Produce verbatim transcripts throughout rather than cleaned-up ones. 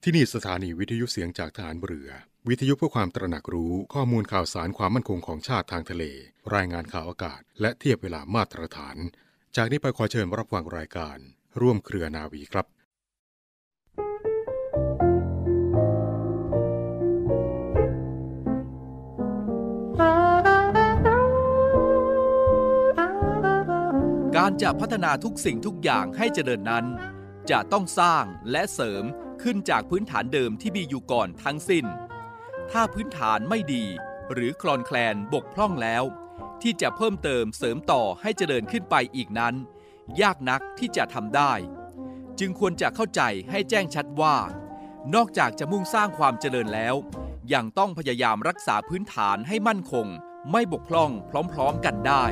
ที่นี่สถานีวิทยุเสียงจากทหารเรือวิทยุเพื่อความตระหนักรู้ข้อมูลข่าวสารความมั่นคงของชาติทางทะเลรายงานข่าวอากาศและเทียบเวลามาตรฐานจากนี้ไปขอเชิญรับฟังรายการร่วมเครือนาวีครับการจะพัฒนาทุกสิ่งทุกอย่างให้เจริญนั้นจะต้องสร้างและเสริมขึ้นจากพื้นฐานเดิมที่มีอยู่ก่อนทั้งสิ้นถ้าพื้นฐานไม่ดีหรือคลอนแคลนบกพร่องแล้วที่จะเพิ่มเติมเสริมต่อให้เจริญขึ้นไปอีกนั้นยากนักที่จะทำได้จึงควรจะเข้าใจให้แจ้งชัดว่านอกจากจะมุ่งสร้างความเจริญแล้วยังต้องพยายามรักษาพื้นฐานให้มั่นคงไม่บกพร่องพร้อมๆกันได้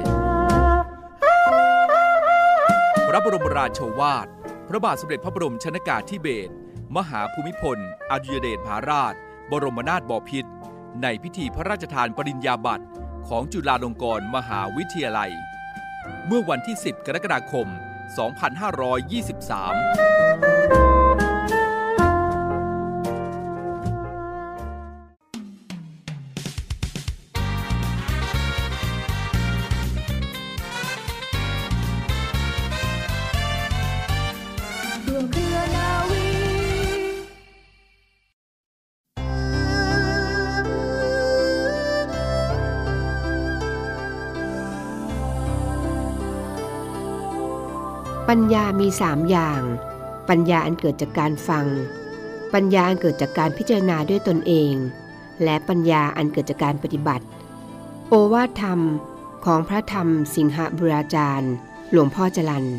พระบรมราโชวาทพระบาทสมเด็จพระบรมชนกาธิเบศรมหาภูมิพลอดุลยเดชมหาราชบรมนาถบพิตรในพิธีพระราชทานปริญญาบัตรของจุฬาลงกรณ์มหาวิทยาลัยเมื่อวันที่สิบกรกฎาคมสองพันห้าร้อยยี่สิบสามปัญญามีสามอย่างปัญญาอันเกิดจากการฟังปัญญาอันเกิดจากการพิจารณาด้วยตนเองและปัญญาอันเกิดจากการปฏิบัติโอวาทธรรมของพระธรรมสิงหบุราจารย์หลวงพ่อจรัญ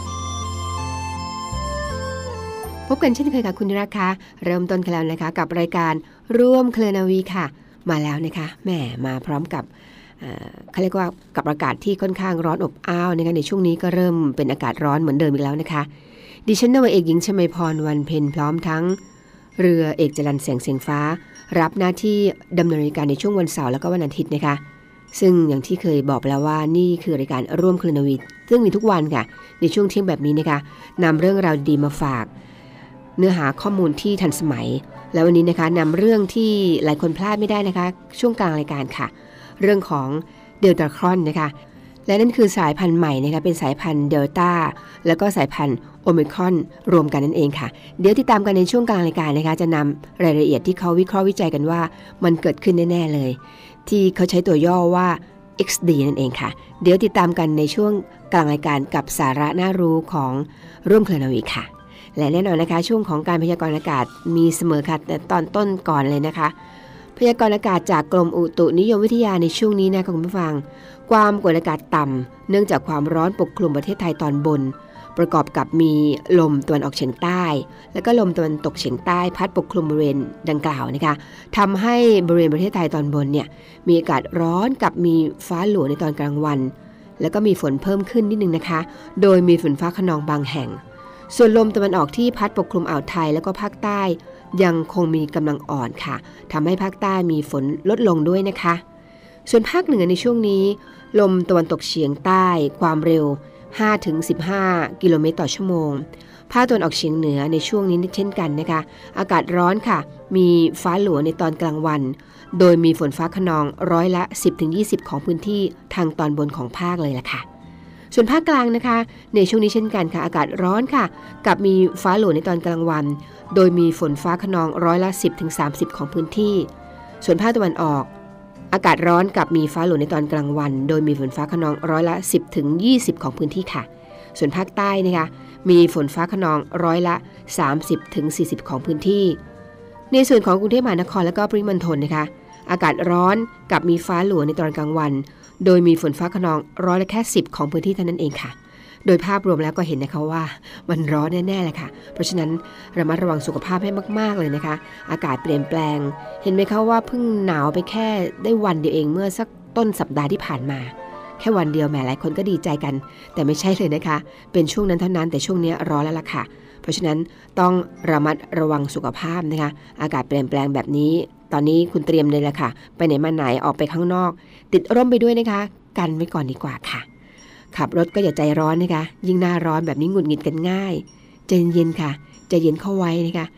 พบกันเช่นเคยค่ะคุณนิรักค่ะเริ่มต้นกันแล้วนะคะกับรายการร่วมเครือนาวีค่ะมาแล้วนะคะแหมมาพร้อมกับเขาเรียกว่ากับอากาศที่ค่อนข้างร้อนอบอ้าวนะคะในช่วงนี้ก็เริ่มเป็นอากาศร้อนเหมือนเดิมอีกแล้วนะคะดิฉันนาวาเอกหญิงชมาพรวันเพ็ญพร้อมทั้งเรือเอกจรัญแสงเสียงฟ้ารับหน้าที่ดำเนินรายการในช่วงวันเสาร์แล้วก็วันอาทิตย์นะคะซึ่งอย่างที่เคยบอกแล้วว่านี่คือรายการร่วมเครือนาวีซึ่งมีทุกวันค่ะในช่วงเที่ยงแบบนี้นะคะนำเรื่องราวดีมาฝากเนื้อหาข้อมูลที่ทันสมัยแล้ววันนี้นะคะนำเรื่องที่หลายคนพลาดไม่ได้นะคะช่วงกลางรายการค่ะเรื่องของเดลต้าครอนนะคะและนั่นคือสายพันธุ์ใหม่นะคะเป็นสายพันธุ์เดลต้าแล้วก็สายพันธุ์โอมิครอนรวมกันนั่นเองค่ะเดี๋ยวติดตามกันในช่วงกลางรายการนะคะจะนำรายละเอียดที่เขาวิเคราะห์วิจัยกันว่ามันเกิดขึ้นแน่ๆเลยที่เขาใช้ตัวย่อว่า เอ็กซ์ ดี นั่นเองค่ะเดี๋ยวติดตามกันในช่วงกลางรายการกับสาระน่ารู้ของร่วมเครือนาวีค่ะและแน่นอนนะคะช่วงของการพยากรณ์อากาศมีเสมอค่ะแต่ตอนต้นก่อนเลยนะคะพยากรณ์อากาศจากกรมอุตุนิยมวิทยาในช่วงนี้นะคะคุณผู้ฟังความกดอากาศต่ำเนื่องจากความร้อนปกคลุมประเทศไทยตอนบนประกอบกับมีลมตะวันออกเฉียงใต้และก็ลมตะวันตกเฉียงใต้พัดปกคลุมบริเวณดังกล่าวนะคะทำให้บริเวณประเทศไทยตอนบนเนี่ยมีอากาศร้อนกับมีฟ้าหลัวในตอนกลางวันแล้วก็มีฝนเพิ่มขึ้นนิดนึงนะคะโดยมีฝนฟ้าคะนองบางแห่งส่วนลมตะวันออกที่พัดปกคลุมอ่าวไทยแล้วก็ภาคใต้ยังคงมีกำลังอ่อนค่ะทำให้ภาคใต้มีฝนลดลงด้วยนะคะส่วนภาคเหนือในช่วงนี้ลมตะวันตกเฉียงใต้ความเร็ว ห้าถึงสิบห้า กิโลเมตรต่อชั่วโมงภาคตะวันออกเฉียงเหนือในช่วงนี้เช่นกันนะคะอากาศร้อนค่ะมีฟ้าหลัวในตอนกลางวันโดยมีฝนฟ้าคะนองร้อยละ สิบถึงยี่สิบ ของพื้นที่ทางตอนบนของภาคเลยล่ะค่ะส่วนภาคกลางนะคะในช่วงนี้เช่นกันค่ะอากาศร้อนค่ะกับมีฟ้าหลัวในตอนกลางวันโดยมีฝนฟ้าคะนองร้อยละ สิบถึงสามสิบ ของพื้นที่ส่วนภาคตะวันออกอากาศร้อนกับมีฟ้าหลัวในตอนกลางวันโดยมีฝนฟ้าคะนองร้อยละ สิบถึงยี่สิบ ของพื้นที่ค่ะส่วนภาคใต้นะคะมีฝนฟ้าคะนองร้อยละ สามสิบถึงสี่สิบ ของพื้นที่ในส่วนของกรุงเทพมหานครและก็ปริมณฑลนะคะอากาศร้อนกับมีฟ้าหลัวในตอนกลางวันโดยมีฝนฟ้าคะนองร้อยละแค่สิบของพื้นที่เท่านั้นเองค่ะโดยภาพรวมแล้วก็เห็นนะคะว่ามันร้อนแน่ๆเลยค่ะเพราะฉะนั้นระมัดระวังสุขภาพให้มากๆเลยนะคะอากาศเปลี่ยนแปลงเห็นไหมคะว่าเพิ่งหนาวไปแค่ได้วันเดียวเองเมื่อสักต้นสัปดาห์ที่ผ่านมาแค่วันเดียวแหมหลายคนก็ดีใจกันแต่ไม่ใช่เลยนะคะเป็นช่วงนั้นเท่านั้นแต่ช่วงนี้ร้อนแล้วล่ะค่ะเพราะฉะนั้นต้องระมัดระวังสุขภาพนะคะอากาศเปลี่ยนแปลงแบบนี้ตอนนี้คุณเตรียมเลยล่ะค่ะไปไหนมาไหนออกไปข้างนอกติดร่มไปด้วยนะคะกันไว้ก่อนดีกว่าค่ะขับรถก็อย่าใจร้อนนะคะยิ่งหน้าร้อนแบบนี้หงุดหงิดกันง่ายใจเย็นๆค่ะใจเย็นเข้าไว้นะคะ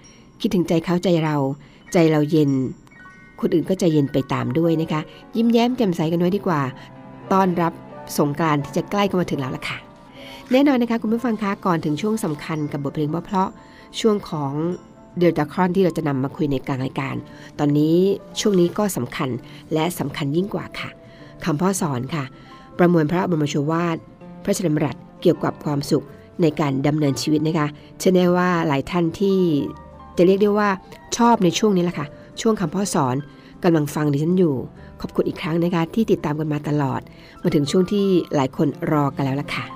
คิดถึงใจเขาใจเราใจเราเย็นคนอื่นก็ใจเย็นไปตามด้วยนะคะยิ้มแย้มแจ่มใสกันไว้ดีกว่าต้อนรับสงกรานต์ที่จะใกล้เข้ามาถึงแล้วล่ะค่ะแน่นอนนะคะคุณผู้ฟังคะก่อนถึงช่วงสำคัญกับบทเพลงเพราะๆช่วงของเดลตาครอนที่เราจะนำมาคุยในกลางรายการตอนนี้ช่วงนี้ก็สำคัญและสำคัญยิ่งกว่าค่ะคำพ่อสอนค่ะประมวลพระบรมโชวาทพระราชดำรัสเกี่ยวกับความสุขในการดำเนินชีวิตนะคะเชื่อแน่ว่าหลายท่านที่จะเรียกได้ว่าชอบในช่วงนี้แหละค่ะช่วงคำพ่อสอนกำลังฟังดิฉันอยู่ขอบคุณอีกครั้งนะคะที่ติดตามกันมาตลอดมาถึงช่วงที่หลายคนรอกันแล้วล่ะค่ะ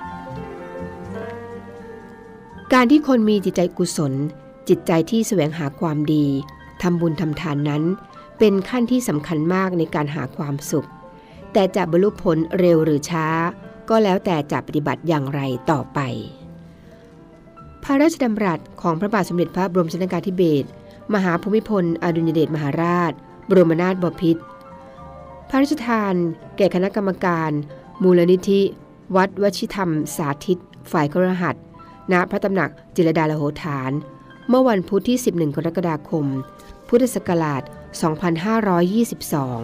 การที่คนมีจิตใจกุศลจิตใจที่แสวงหาความดีทำบุญทำทานนั้นเป็นขั้นที่สำคัญมากในการหาความสุขแต่จะบรรลุผลเร็วหรือช้าก็แล้วแต่จะปฏิบัติอย่างไรต่อไปพระราชดำรัสของพระบาทสมเด็จพระบรมชนกาธิเบศรมหาภูมิพลอดุลยเดชมหาราชบรมนาถบพิตรพระราชทานแก่คณะกรรมการมูลนิธิวัดวชิธรรมสาธิตฝ่ายคฤหัสถ์ณพระตำหนักจิรดาลโหฐานเมื่อวันพุธที่สิบเอ็ดกรกฎาคมพุทธศักราชสองพันห้าร้อยยี่สิบสอง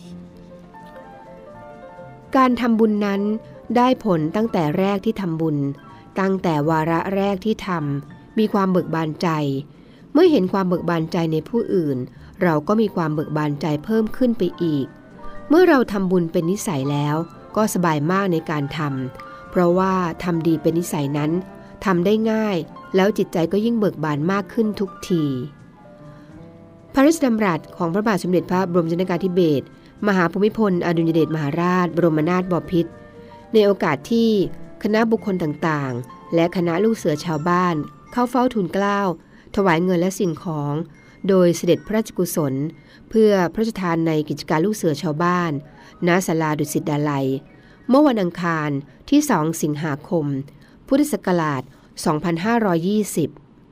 การทำบุญนั้นได้ผลตั้งแต่แรกที่ทำบุญตั้งแต่วาระแรกที่ทำมีความเบิกบานใจเมื่อเห็นความเบิกบานใจในผู้อื่นเราก็มีความเบิกบานใจเพิ่มขึ้นไปอีกเมื่อเราทำบุญเป็นนิสัยแล้วก็สบายมากในการทำเพราะว่าทำดีเป็นนิสัยนั้นทำได้ง่ายแล้วจิตใจก็ยิ่งเบิกบานมากขึ้นทุกทีพระราชดำรัสของพระบาทสมเด็จพระบรมชนกาธิเบศรมหาภูมิพลอดุลยเดชมหาราชบรมนาถบพิตรในโอกาสที่คณะบุคคลต่างๆและคณะลูกเสือชาวบ้านเข้าเฝ้าทูลเกล้าถวายเงินและสิ่งของโดยเสด็จพระราชกุศลเพื่อพระราชทานในกิจการลูกเสือชาวบ้านณศาลาดุสิตดาลัยเมื่อวันอังคารที่สองสิงหาคมพุทธศักราชสองพันห้าร้อยยี่สิบ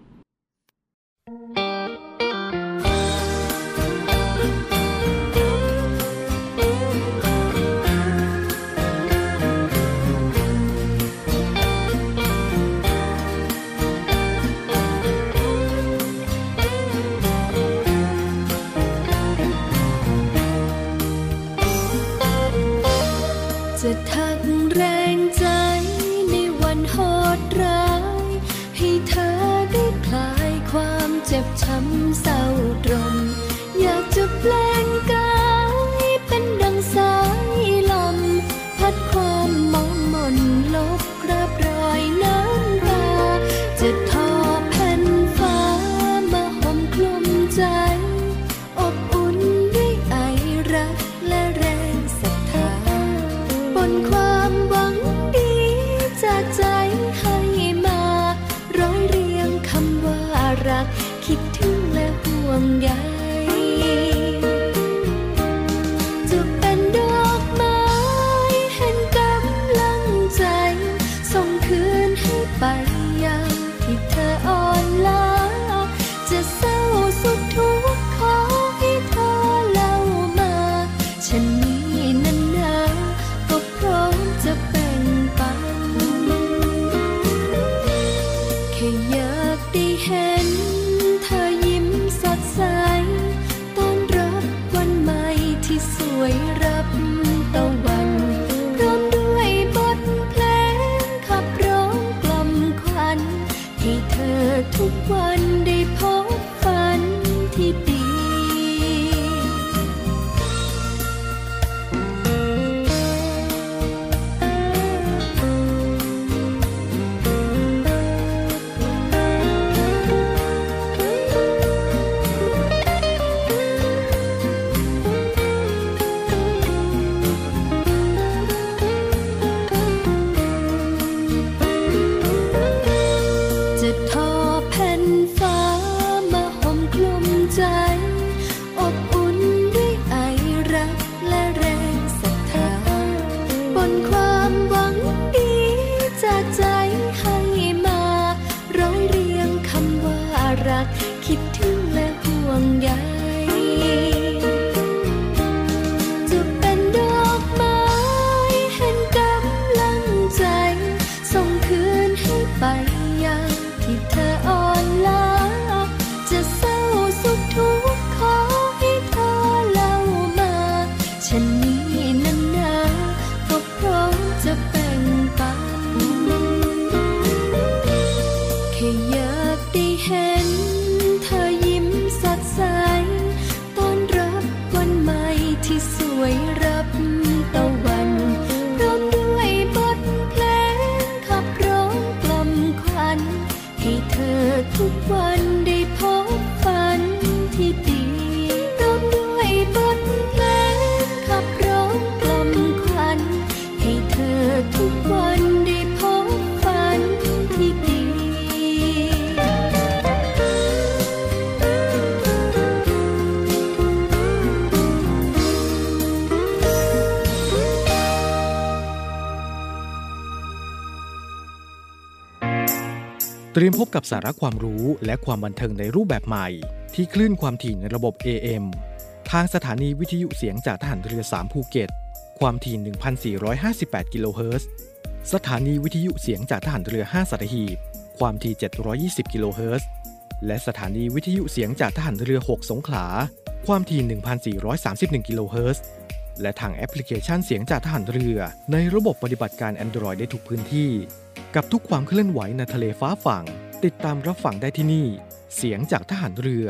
จะทักแรงใจในวันโหดร้ายให้เธอได้คลายความเจ็บช้ำเศร้าตรมอยากจะแปลงกายเป็นดังสายลมพัดความมองมนลบกราบรอยน้ำตาจะทอแผ่นฟ้ามาห่มคลุมใจอบอุ่นด้วยไอรักและแรงศรัทธาบนความหวังดีจากใจให้มาร้อยเรียงคำว่ารักคิดถึงและห่วงใยจะเป็นดอกไม้แห่งกำลังใจส่งคืนให้ไปยังที่เธออ่อนล้าจะเศร้าสุขทุกข์ขอให้เธอเล่ามาฉันนี้นั้นนะก็พร้อมจะแบ่งปันแค่อยากได้เห็นเธอยิ้มสดใสต้อนรับวันใหม่ที่สวยรับตะวันพร้อมด้วยบทเพลงขับร้องกล่อมขวัญให้เธอทุกวันได้พบฝันที่ดี จะเตรียมพบกับสาระความรู้และความบันเทิงในรูปแบบใหม่ที่คลื่นความถี่ในระบบ เอ เอ็ม ทางสถานีวิทยุเสียงจากทหารเรือสามภูเก็ตความถี่ หนึ่งพันสี่ร้อยห้าสิบแปด กิโลเฮิรตซ์สถานีวิทยุเสียงจากทหารเรือห้าสัตหีบความถี่เจ็ดร้อยยี่สิบ กิโลเฮิรตซ์และสถานีวิทยุเสียงจากทหารเรือหกสงขลาความถี่ หนึ่งพันสี่ร้อยสามสิบเอ็ด กิโลเฮิรตซ์และทางแอปพลิเคชันเสียงจากทหารเรือในระบบปฏิบัติการ Android ได้ทุกพื้นที่กับทุกความเคลื่อนไหวในทะเลฟ้าฝั่งติดตามรับฟังได้ที่นี่เสียงจากทหารเรือ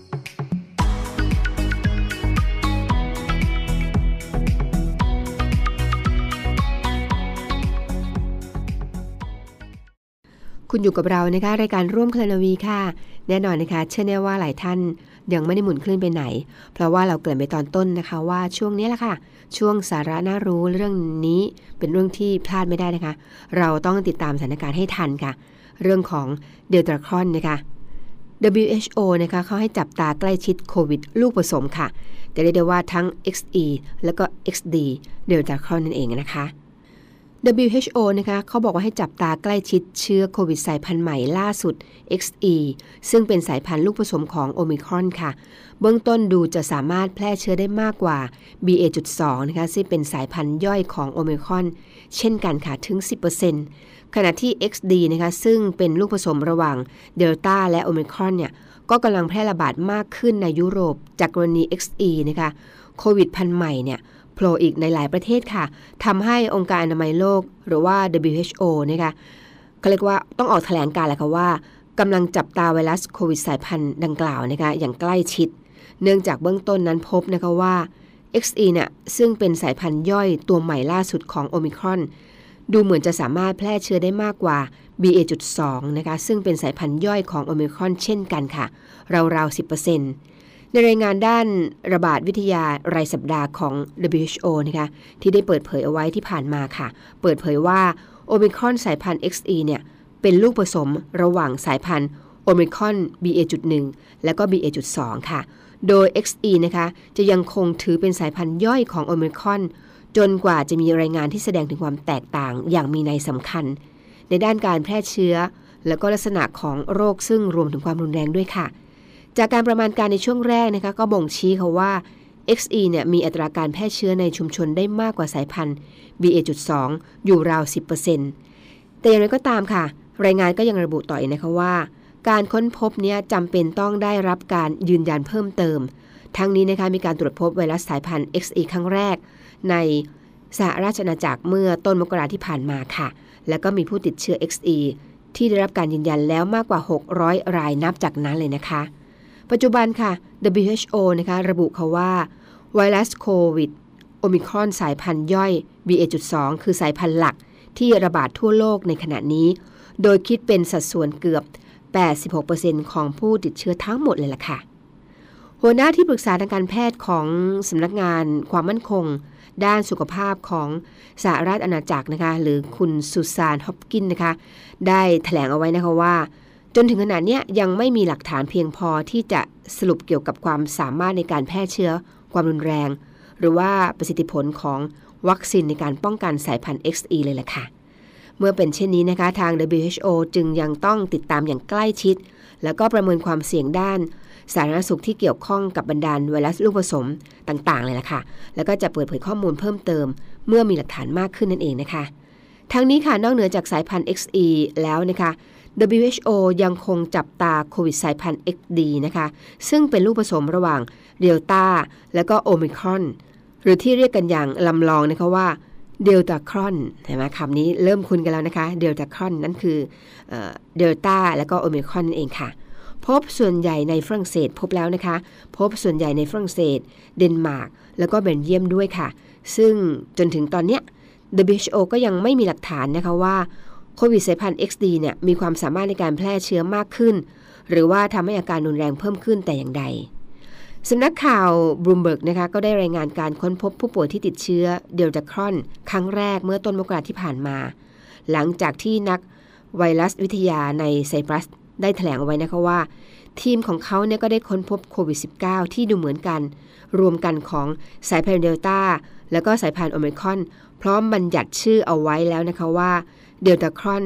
คุณอยู่กับเรานะคะรายการร่วมเคลนาวีค่ะแน่นอนนะคะเชื่อแน่ว่าหลายท่านยังไม่ได้หมุนคลื่นไปไหนเพราะว่าเราเกริ่นไปตอนต้นนะคะว่าช่วงนี้แหละค่ะช่วงสาระน่ารู้เรื่องนี้เป็นเรื่องที่พลาดไม่ได้นะคะเราต้องติดตามสถานการณ์ให้ทันค่ะเรื่องของเดลตาครอนนะคะ ดับเบิลยู เอช โอ นะคะเขาให้จับตาใกล้ชิดโควิดลูกผสมค่ะจะเรียกได้ว่าทั้ง เอ็กซ์ อี แล้วก็ เอ็กซ์ ดี เดลตาครอนนั่นเองนะคะ ดับเบิลยู เอช โอ นะคะเขาบอกว่าให้จับตาใกล้ชิดเชื้อโควิดสายพันธุ์ใหม่ล่าสุด เอ็กซ์ อี ซึ่งเป็นสายพันธุ์ลูกผสมของโอมิครอนค่ะเบื้องต้นดูจะสามารถแพร่เชื้อได้มากกว่า บี เอ จุด สอง นะคะซึ่งเป็นสายพันธุ์ย่อยของโอมิครอนเช่นกันค่ะถึง สิบเปอร์เซ็นต์ ขณะที่ เอ็กซ์ ดี นะคะซึ่งเป็นลูกผสมระหว่างเดลต้าและโอมิครอนเนี่ยก็กำลังแพร่ระบาดมากขึ้นในยุโรปจากกรณี เอ็กซ์ อี นะคะโควิดพันธุ์ใหม่เนี่ยโผล่อีกในหลายประเทศค่ะทำให้องค์การอนามัยโลกหรือว่า ดับเบิลยู เอช โอ นะคะเขาเรียกว่าต้องออกแถลงการณ์แหละค่ะว่ากำลังจับตาไวรัสโควิดสายพันธุ์ดังกล่าวนะคะอย่างใกล้ชิดเนื่องจากเบื้องต้นนั้นพบนะคะว่า เอ็กซ์ อี เนี่ยซึ่งเป็นสายพันธุ์ย่อยตัวใหม่ล่าสุดของโอมิครอนดูเหมือนจะสามารถแพร่เชื้อได้มากกว่า บี เอ จุด สอง นะคะซึ่งเป็นสายพันธุ์ย่อยของโอมิครอนเช่นกันค่ะราวๆ สิบเปอร์เซ็นต์ในรายงานด้านระบาดวิทยารายสัปดาห์ของ ดับเบิลยู เอช โอ นะคะที่ได้เปิดเผยเอาไว้ที่ผ่านมาค่ะเปิดเผยว่าโอมิครอนสายพันธุ์ เอ็กซ์ อี เนี่ยเป็นลูกผสมระหว่างสายพันธุ์โอมิครอน บี เอ จุด หนึ่ง และก็ บี เอ จุด สอง ค่ะโดย เอ็กซ์ อี นะคะจะยังคงถือเป็นสายพันธุ์ย่อยของโอมิครอนจนกว่าจะมีรายงานที่แสดงถึงความแตกต่างอย่างมีนัยสำคัญในด้านการแพร่เชื้อและก็ลักษณะของโรคซึ่งรวมถึงความรุนแรงด้วยค่ะจากการประมาณการในช่วงแรกนะคะก็บ่งชี้ค่ะว่า เอ็กซ์ อี เนี่ยมีอัตราการแพร่เชื้อในชุมชนได้มากกว่าสายพันธุ์ บี เอ จุด สอง อยู่ราว สิบเปอร์เซ็นต์ แต่อย่างไรก็ตามค่ะรายงานก็ยังระบุต่ออีกนะคะว่าการค้นพบนี้จำเป็นต้องได้รับการยืนยันเพิ่มเติมทั้งนี้นะคะมีการตรวจพบไวรัสสายพันธุ์ เอ็กซ์ อี ครั้งแรกในสหราชอาณาจักรเมื่อต้นมกราที่ผ่านมาค่ะแล้วก็มีผู้ติดเชื้อ เอ็กซ์ อี ที่ได้รับการยืนยันแล้วมากกว่าหกร้อยรายนับจากนั้นเลยนะคะปัจจุบันค่ะ ดับเบิลยู เอช โอ นะคะระบุค่ะว่าไวรัสโควิดโอมิครอนสายพันธุ์ย่อย บี เอ จุด สอง คือสายพันธุ์หลักที่ระบาดทั่วโลกในขณะนี้โดยคิดเป็นสัดส่วนเกือบ แปดสิบหกเปอร์เซ็นต์ ของผู้ติดเชื้อทั้งหมดเลยล่ะค่ะหัวหน้าที่ปรึกษาทางการแพทย์ของสำนักงานความมั่นคงด้านสุขภาพของสหราชอาณาจักรนะคะหรือคุณซูซานฮอปกินนะคะได้แถลงเอาไว้นะคะว่าจนถึงขณะนี้ยังไม่มีหลักฐานเพียงพอที่จะสรุปเกี่ยวกับความสามารถในการแพร่เชื้อความรุนแรงหรือว่าประสิทธิผลของวัคซีนในการป้องกันสายพันธุ์ เอ็กซ์ อี เลยล่ะค่ะเมื่อเป็นเช่นนี้นะคะทาง ดับเบิลยู เอช โอ จึงยังต้องติดตามอย่างใกล้ชิดแล้วก็ประเมินความเสี่ยงด้านสาธารณสุขที่เกี่ยวข้องกับบรรดาไวรัสลูกผสมต่างๆเลยล่ะค่ะแล้วก็จะเปิดเผยข้อมูลเพิ่มเติมเมื่อมีหลักฐานมากขึ้นนั่นเองนะคะทั้งนี้ค่ะนอกเหนือจากสายพันธุ์ เอ็กซ์ อี แล้วนะคะ ดับเบิลยู เอช โอ ยังคงจับตาโควิดสายพันธุ์ เอ็กซ์ ดี นะคะซึ่งเป็นลูกผสมระหว่างเดลต้าและก็โอมิครอนหรือที่เรียกกันอย่างลำลองนะคะว่าเดลตาครอนเห็นไหมคำนี้เริ่มคุ้นกันแล้วนะคะเดลตาครอนนั่นคือเดลต้าและก็โอมิครอนนั่นเองค่ะพบส่วนใหญ่ในฝรั่งเศสพบแล้วนะคะพบส่วนใหญ่ในฝรั่งเศสเดนมาร์กแล้วก็เบลเยียมด้วยค่ะซึ่งจนถึงตอนเนี้ย ดับเบิลยู เอช โอ ก็ยังไม่มีหลักฐานนะคะว่าโควิดสายพันธุ์ เอ็กซ์ ดี เนี่ยมีความสามารถในการแพร่เชื้อมากขึ้นหรือว่าทำให้อาการรุนแรงเพิ่มขึ้นแต่อย่างใดสำนักข่าวบลูมเบิร์กนะคะก็ได้รายงานการค้นพบผู้ป่วยที่ติดเชื้อเดลตาครอนครั้งแรกเมื่อต้นมกราคมที่ผ่านมาหลังจากที่นักไวรัสวิทยาในไซปรัสได้แถลงเอาไว้นะคะว่าทีมของเขาเนี่ยก็ได้ค้นพบโควิด สิบเก้า ที่ดูเหมือนกันรวมกันของสายพันธุ์เดลต้าแล้วก็สายพันธุ์โอมิครอนพร้อมบัญญัติชื่อเอาไว้แล้วนะคะว่าเดลตาครอน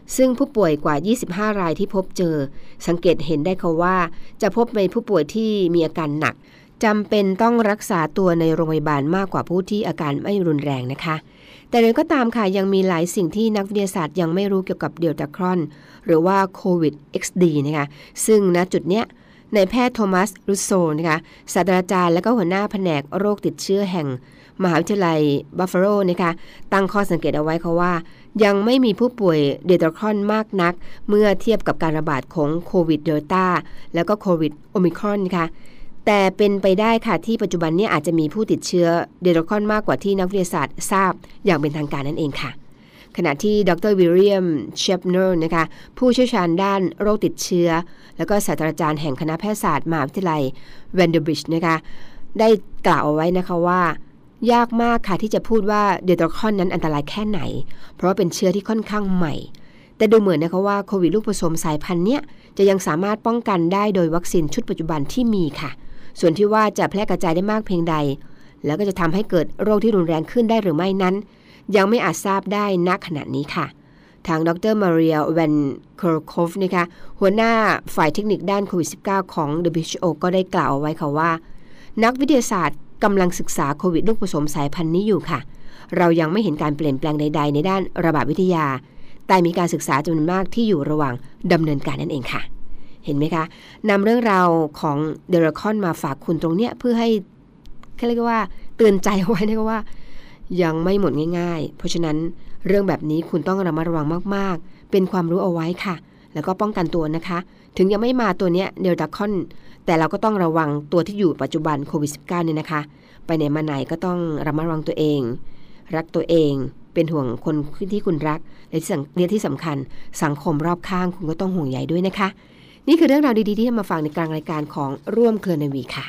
ซึ่งผู้ป่วยกว่ายี่สิบห้ารายที่พบเจอสังเกตเห็นได้ค่ะว่าจะพบในผู้ป่วยที่มีอาการหนักจำเป็นต้องรักษาตัวในโรงพยาบาลมากกว่าผู้ที่อาการไม่รุนแรงนะคะแต่อย่างไรก็ตามค่ะยังมีหลายสิ่งที่นักวิทยาศาสตร์ยังไม่รู้เกี่ยวกับเดลต้าครอนหรือว่าโควิด เอ็กซ์ ดี นะคะซึ่งณจุดเนี้ยนายแพทย์โทมัสรูโซนะคะศาสตราจารย์และก็หัวหน้าแผนกโรคติดเชื้อแห่งมหาวิทยาลัยบัฟฟาโลนะคะตั้งข้อสังเกตเอาไว้ค่ะว่ายังไม่มีผู้ป่วยเดลต้าครอนมากนักเมื่อเทียบกับการระบาดของโควิดเดลต้าแล้วก็โควิดโอมิครอนนะคะแต่เป็นไปได้ค่ะที่ปัจจุบันนี้อาจจะมีผู้ติดเชื้อเดลต้าครอนมากกว่าที่นักวิทยาศาสตร์ทราบอย่างเป็นทางการนั่นเองค่ะขณะที่ดรวิลเลียมเชฟเนอร์นะคะผู้เชี่ยวชาญด้านโรคติดเชื้อแล้วก็ศาสตราจารย์แห่งคณะแพทยศาสตร์มหาวิทยาลัยแวนเดอร์บิชนะคะได้กล่าวเอาไว้นะคะว่ายากมากค่ะที่จะพูดว่าเดลต้าครอนนั้นอันตรายแค่ไหนเพราะว่าเป็นเชื้อที่ค่อนข้างใหม่แต่ดูเหมือนนะคะว่าโควิดลูกผสมสายพันธุ์เนี้ยจะยังสามารถป้องกันได้โดยวัคซีนชุดปัจจุบันที่มีค่ะส่วนที่ว่าจะแพร่กระจายได้มากเพียงใดแล้วก็จะทำให้เกิดโรคที่รุนแรงขึ้นได้หรือไม่นั้นยังไม่อาจทราบได้ณขณะนี้ค่ะทางดรมาเรียแวนเคอร์โคฟนะคะหัวหน้าฝ่ายเทคนิคด้านโควิด สิบเก้า ของ ดับเบิลยู เอช โอ ก็ได้กล่าวเอาไว้ค่ะว่านักวิทยาศาสตร์กำลังศึกษาโควิดลูกผสมสายพันธุ์นี้อยู่ค่ะเรายังไม่เห็นการเปลี่ยนแปลงใดๆในด้านระบาดวิทยาแต่มีการศึกษาจำนวนมากที่อยู่ระหว่างดำเนินการนั่นเองค่ะเห็นไหมคะนำเรื่องราวของเดลต้าครอนมาฝากคุณตรงเนี้ยเพื่อให้เขาเรียกว่าเตือนใจเอาไว้นะคะว่ายังไม่หมดง่ายๆเพราะฉะนั้นเรื่องแบบนี้คุณต้องระมัดระวังมากๆเป็นความรู้เอาไว้ค่ะแล้วก็ป้องกันตัวนะคะถึงยังไม่มาตัวเนี้ยเดลต้าครอนแต่เราก็ต้องระวังตัวที่อยู่ปัจจุบันโควิด สิบเก้า เนี่ยนะคะไปไหนมาไหนก็ต้องระมัดระวังตัวเองรักตัวเองเป็นห่วงคนที่คุณรักและที่สำคัญสังคมรอบข้างคุณก็ต้องห่วงใยด้วยนะคะนี่คือเรื่องราวดีๆที่นำมาฝากในกลางรายการของร่วมเครือนาวีค่ะ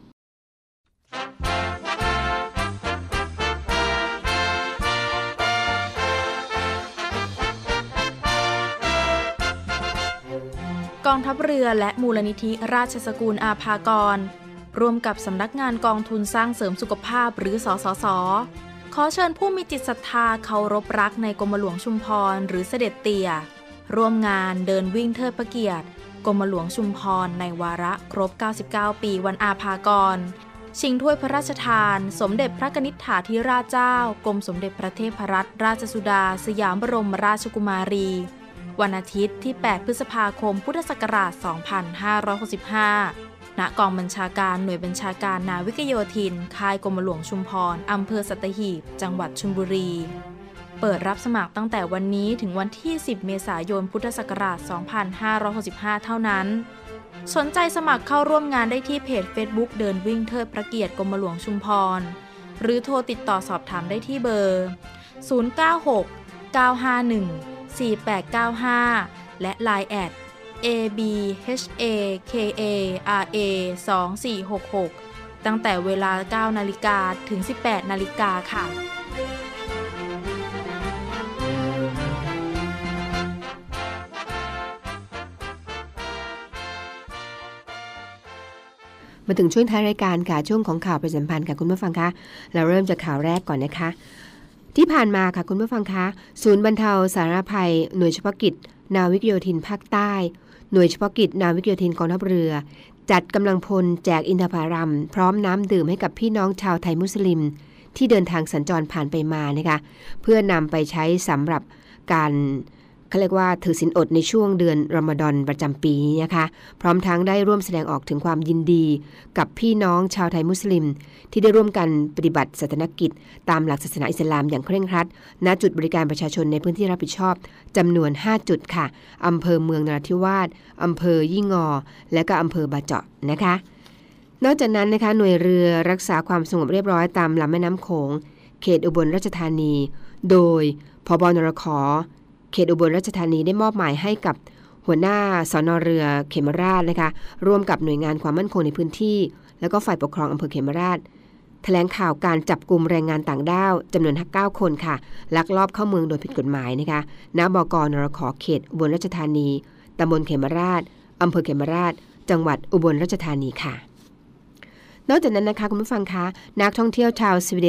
กองทัพเรือและมูลนิธิราชสกุลอาภากรร่วมกับสำนักงานกองทุนสร้างเสริมสุขภาพหรือสสส.ขอเชิญผู้มีจิตศรัทธาเคารพรักในกรมหลวงชุมพรหรือเสด็จเตี่ยร่วมงานเดินวิ่งเทิดพระเกียรติกรมหลวงชุมพรในวาระครบเก้าสิบเก้าปีวันอาภากรชิงถ้วยพระราชทานสมเด็จพระกนิษฐาธิราชเจ้ากรมสมเด็จพระเทพรัตนราชสุดาสยามบรมราชกุมารีวันอาทิตย์ที่แปดพฤษภาคมพุทธศักราชสองพันห้าร้อยหกสิบห้าณกองบัญชาการหน่วยบัญชาการนาวิกโยธินค่ายกรมหลวงชุมพรอำเภอสัตหีบจังหวัดชลบุรีเปิดรับสมัครตั้งแต่วันนี้ถึงวันที่สิบเมษายนพุทธศักราชสองพันห้าร้อยหกสิบห้าเท่านั้นสนใจสมัครเข้าร่วมงานได้ที่เพจ Facebook เดินวิ่งเทิดพระเกียรติกรมหลวงชุมพรหรือโทรติดต่อสอบถามได้ที่เบอร์ศูนย์ เก้า หก เก้า ห้า หนึ่ง สี่ แปด เก้า ห้าและ ไลน์ แอท เอ บี เอช เอ เค เอ อาร์ เอ สอง สี่ หก หกตั้งแต่เวลา เก้า นาฬิกาถึง สิบแปด นาฬิกาค่ะมาถึงช่วงท้ายรายการค่ะช่วงของข่าวประชาสัมพันธ์ค่ะคุณผู้ฟังคะเราเริ่มจากข่าวแรกก่อนนะคะที่ผ่านมาค่ะคุณผู้ฟังคะศูนย์บรรเทาสาธารณภัยหน่วยเฉพาะกิจนาวิกโยธินภาคใต้หน่วยเฉพาะกิจนาวิกโยธินกองทัพเรือจัดกำลังพลแจกอินทผลัมพร้อมน้ำดื่มให้กับพี่น้องชาวไทยมุสลิมที่เดินทางสัญจรผ่านไปมานะคะเพื่อนำไปใช้สำหรับการเขาเรียกว่าถือศีลอดในช่วงเดือนรอมฎอนประจำปีนี้นะคะพร้อมทั้งได้ร่วมแสดงออกถึงความยินดีกับพี่น้องชาวไทยมุสลิมที่ได้ร่วมกันปฏิบัติศาสนกิจตามหลักศาสนาอิสลามอย่างเคร่งครัดณจุดบริการประชาชนในพื้นที่รับผิดชอบจำนวนห้าจุดค่ะอำเภอเมืองนราธิวาสอำเภอยี่งอและก็อำเภอบาเจาะนะคะนอกจากนั้นนะคะหน่วยเรือรักษาความสงบเรียบร้อยตามลำแม่น้ำโขงเขตอุบลราชธานีโดยผบ.นรข.เขตอุบลราชธานีได้มอบหมายให้กับหัวหน้าสน.เรือเขมราชนะคะร่วมกับหน่วยงานความมั่นคงในพื้นที่แล้วก็ฝ่ายปกครองอำเภอเขมราชแถลงข่าวการจับกุมแรงงานต่างด้าวจำนวนเก้าคนค่ะลักลอบเข้าเมืองโดยผิดกฎหมายนะคะณบก.นรข.เขตอุบลราชธานีตำบลเขมราชอำเภอเขมราชจังหวัดอุบลราชธานีค่ะนอกจากนั้นนะคะคุณผู้ฟังคะนักท่องเที่ยวชาวสวีเดน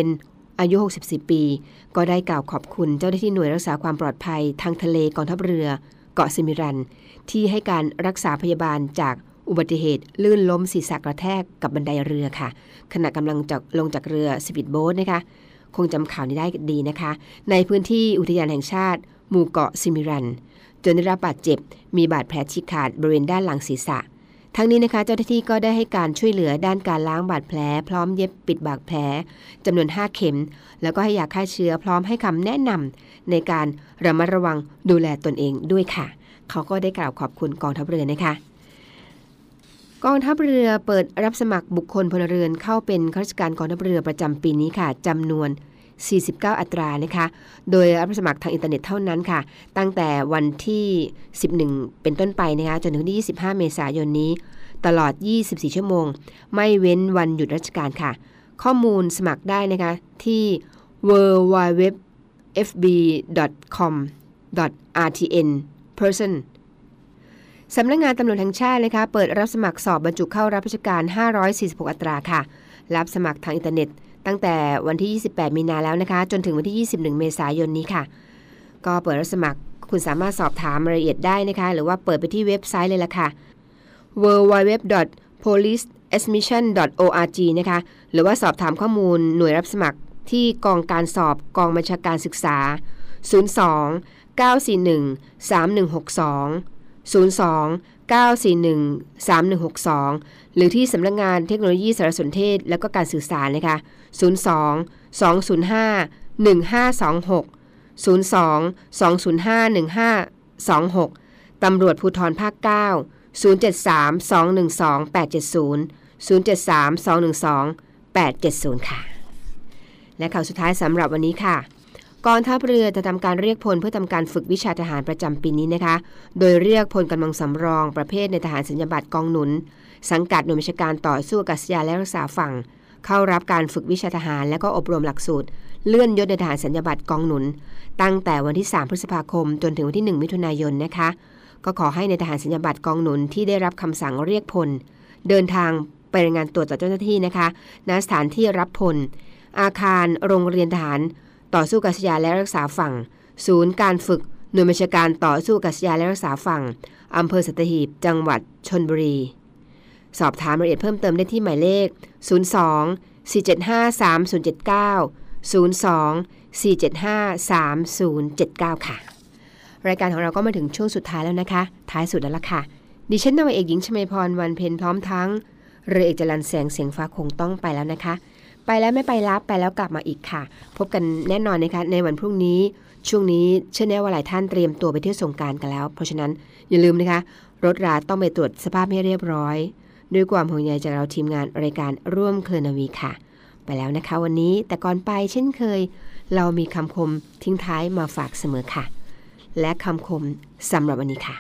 อายุหกสิบสี่ปีก็ได้กล่าวขอบคุณเจ้าหน้าที่หน่วยรักษาความปลอดภัยทางทะเลกองทัพเรือเกาะซิมิรันที่ให้การรักษาพยาบาลจากอุบัติเหตุลื่นล้มศีรษะกระแทกกับบันไดเรือค่ะขณะกำลังจะลงจากเรือสปีดโบ๊ทนะคะคงจำข่าวนี้ได้ดีนะคะในพื้นที่อุทยานแห่งชาติหมู่เกาะซิมิรันจนได้รับบาดเจ็บมีบาดแผลฉีกขาดบริเวณด้านหลังศีรษะทั้งนี้นะคะเจ้าหน้าที่ก็ได้ให้การช่วยเหลือด้านการล้างบาดแผลพร้อมเย็บปิดบาดแผลจำนวนห้าเข็มแล้วก็ให้ยาฆ่าเชื้อพร้อมให้คำแนะนำในการระมัดระวังดูแลตนเองด้วยค่ะเขาก็ได้กล่าวขอบคุณกองทัพเรือนะคะกองทัพเรือเปิดรับสมัครบุคคลพลเรือนเข้าเป็นข้าราชการกองทัพเรือประจำปีนี้ค่ะจำนวนสี่สิบเก้าอัตรานะคะโดยรับสมัครทางอินเทอร์เน็ตเท่านั้นค่ะตั้งแต่วันที่สิบเอ็ดเป็นต้นไปนะคะจนถึงวันที่ยี่สิบห้าเมษายนนี้ตลอดยี่สิบสี่ชั่วโมงไม่เว้นวันหยุดราชการค่ะข้อมูลสมัครได้นะคะที่ ดับเบิลยู ดับเบิลยู ดับเบิลยู ดอท เอฟ บี ดอท คอม ดอท อาร์ ที เอ็น person สำนักงานตำรวจแห่งชาตินะคะเปิดรับสมัครสอบบรรจุเข้ารับราชการห้าร้อยสี่สิบหกอัตราค่ะรับสมัครทางอินเทอร์เน็ตตั้งแต่วันที่ยี่สิบแปดมีนาแล้วนะคะจนถึงวันที่ยี่สิบเอ็ดเมษายนนี้ค่ะก็เปิดรับสมัครคุณสามารถสอบถามรายละเอียดได้นะคะหรือว่าเปิดไปที่เว็บไซต์เลยล่ะค่ะ ดับเบิลยู ดับเบิลยู ดับเบิลยู ดอท โพลิส เอสมิชชั่น ดอท โอ อาร์ จี นะคะหรือว่าสอบถามข้อมูลหน่วยรับสมัครที่กองการสอบกองบัญชาการศึกษาศูนย์ สอง เก้า สี่ หนึ่ง สาม หนึ่ง หก สอง ศูนย์ สอง เก้า สี่ หนึ่ง สาม หนึ่ง หก สองหรือที่สำนักงานเทคโนโลยีสารสนเทศและก็การสื่อสารนะคะศูนย์ สอง สอง ศูนย์ ห้า หนึ่ง ห้า สอง หก ศูนย์ สอง สอง ศูนย์ ห้า หนึ่ง ห้า สอง หกตำรวจภูธรภาคเก้าศูนย์ เจ็ด สาม สอง หนึ่ง สอง แปด เจ็ด ศูนย์ ศูนย์ เจ็ด สาม สอง หนึ่ง สอง แปด เจ็ด ศูนย์ค่ะและข่าวสุดท้ายสำหรับวันนี้ค่ะกองทัพเรือจะทำการเรียกพลเพื่อทำการฝึกวิชาทหารประจำปีนี้นะคะโดยเรียกพลกำลังสำรองประเภทในทหารสัญญาบัตรกองหนุนสังกัดหน่วยบัญชาการต่อสู้อากาศยานและรักษาฝั่งเข้ารับการฝึกวิชาทหารและก็อบรมหลักสูตรเลื่อนยศในทหารสัญญาบัตรกองหนุนตั้งแต่วันที่สามพฤษภาคมจนถึงวันที่หนึ่งมิถุนายนนะคะก็ขอให้ในทหารสัญญาบัตรกองหนุนที่ได้รับคำสั่งเรียกพลเดินทางไปรายงานตัวต่อเจ้าหน้าที่นะคะณสถานที่รับพลอาคารโรงเรียนทหารต่อสู้อากาศยานและรักษาฝั่งศูนย์การฝึกหน่วยบัญชาการต่อสู้อากาศยานและรักษาฝั่งอำเภอสัตหีบจังหวัดชลบุรีสอบถามรายละเอียดเพิ่มเติมได้ที่หมายเลขศูนย์ สอง สี่ เจ็ด ห้า สาม ศูนย์ เจ็ด เก้า ศูนย์ สอง สี่ เจ็ด ห้า สาม ศูนย์ เจ็ด เก้าค่ะรายการของเราก็มาถึงช่วงสุดท้ายแล้วนะคะท้ายสุดแล้วล่ะค่ะดิฉันนาวาเอกหญิงชมาพรวันเพ็ญพร้อมทั้งเรือเอกจรัญแสงเสียงฟ้าคงต้องไปแล้วนะคะไปแล้วไม่ไปรับไปแล้วกลับมาอีกค่ะพบกันแน่นอนนะคะในวันพรุ่งนี้ช่วงนี้เชื่อแน่ว่าหลายท่านเตรียมตัวไปเที่ยวสงกรานต์กันแล้วเพราะฉะนั้นอย่าลืมนะคะรถราต้องไปตรวจสภาพให้เรียบร้อยด้วยความห่วงใยจากเราทีมงานรายการร่วมเคลือนาวีค่ะไปแล้วนะคะวันนี้แต่ก่อนไปเช่นเคยเรามีคำคมทิ้งท้ายมาฝากเสมอค่ะและคำคมสำหรับวันนี้ค่ะ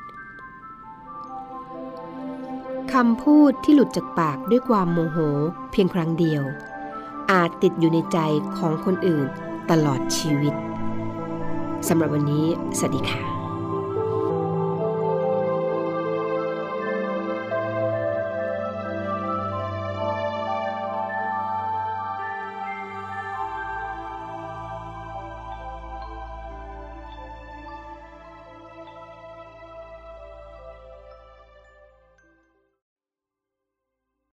คำพูดที่หลุดจากปากด้วยความโมโหเพียงครั้งเดียวอาจติดอยู่ในใจของคนอื่นตลอดชีวิตสำหรับวันนี้สวัสดีค่ะ